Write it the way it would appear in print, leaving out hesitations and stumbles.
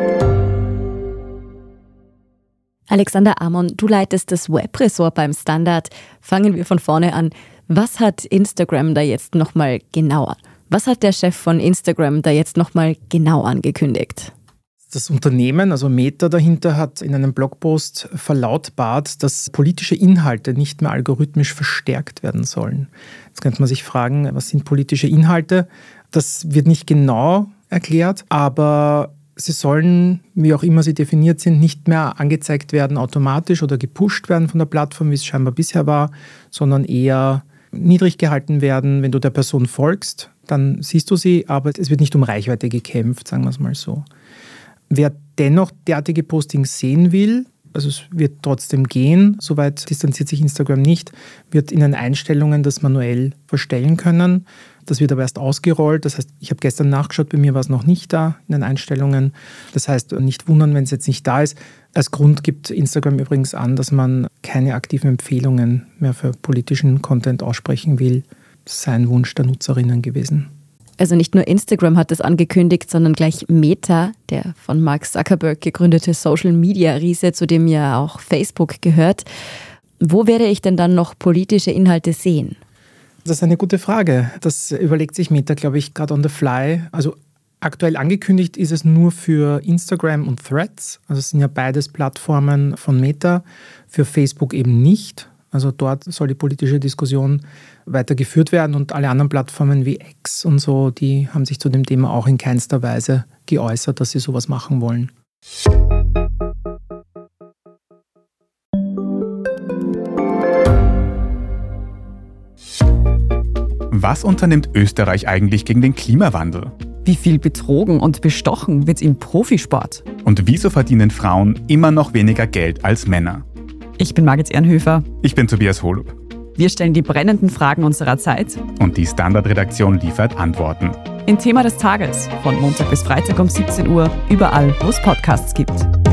Alexander Amon, du leitest das Webressort beim Standard. Fangen wir von vorne an. Was hat Instagram da jetzt nochmal genau an? Was hat der Chef von Instagram da jetzt nochmal genau angekündigt? Das Unternehmen, also Meta dahinter, hat in einem Blogpost verlautbart, dass politische Inhalte nicht mehr algorithmisch verstärkt werden sollen. Jetzt könnte man sich fragen, was sind politische Inhalte? Das wird nicht genau erklärt, aber sie sollen, wie auch immer sie definiert sind, nicht mehr angezeigt werden automatisch oder gepusht werden von der Plattform, wie es scheinbar bisher war, sondern eher niedrig gehalten werden. Wenn du der Person folgst, dann siehst du sie, aber es wird nicht um Reichweite gekämpft, sagen wir es mal so. Wer dennoch derartige Postings sehen will, also es wird trotzdem gehen, soweit distanziert sich Instagram nicht, wird in den Einstellungen das manuell verstellen können. Das wird aber erst ausgerollt. Das heißt, ich habe gestern nachgeschaut, bei mir war es noch nicht da in den Einstellungen. Das heißt, nicht wundern, wenn es jetzt nicht da ist. Als Grund gibt Instagram übrigens an, dass man keine aktiven Empfehlungen mehr für politischen Content aussprechen will. Das sei ein Wunsch der Nutzerinnen gewesen. Also nicht nur Instagram hat das angekündigt, sondern gleich Meta, der von Mark Zuckerberg gegründete Social-Media-Riese, zu dem ja auch Facebook gehört. Wo werde ich denn dann noch politische Inhalte sehen? Das ist eine gute Frage. Das überlegt sich Meta, glaube ich, gerade on the fly. Also aktuell angekündigt ist es nur für Instagram und Threads. Also es sind ja beides Plattformen von Meta. Für Facebook eben nicht. Also dort soll die politische Diskussion weiter geführt werden und alle anderen Plattformen wie X und so, die haben sich zu dem Thema auch in keinster Weise geäußert, dass sie sowas machen wollen. Was unternimmt Österreich eigentlich gegen den Klimawandel? Wie viel betrogen und bestochen wird im Profisport? Und wieso verdienen Frauen immer noch weniger Geld als Männer? Ich bin Margit Ehrenhöfer. Ich bin Tobias Holub. Wir stellen die brennenden Fragen unserer Zeit. Und die Standard-Redaktion liefert Antworten. In Thema des Tages, von Montag bis Freitag um 17 Uhr, überall, wo es Podcasts gibt.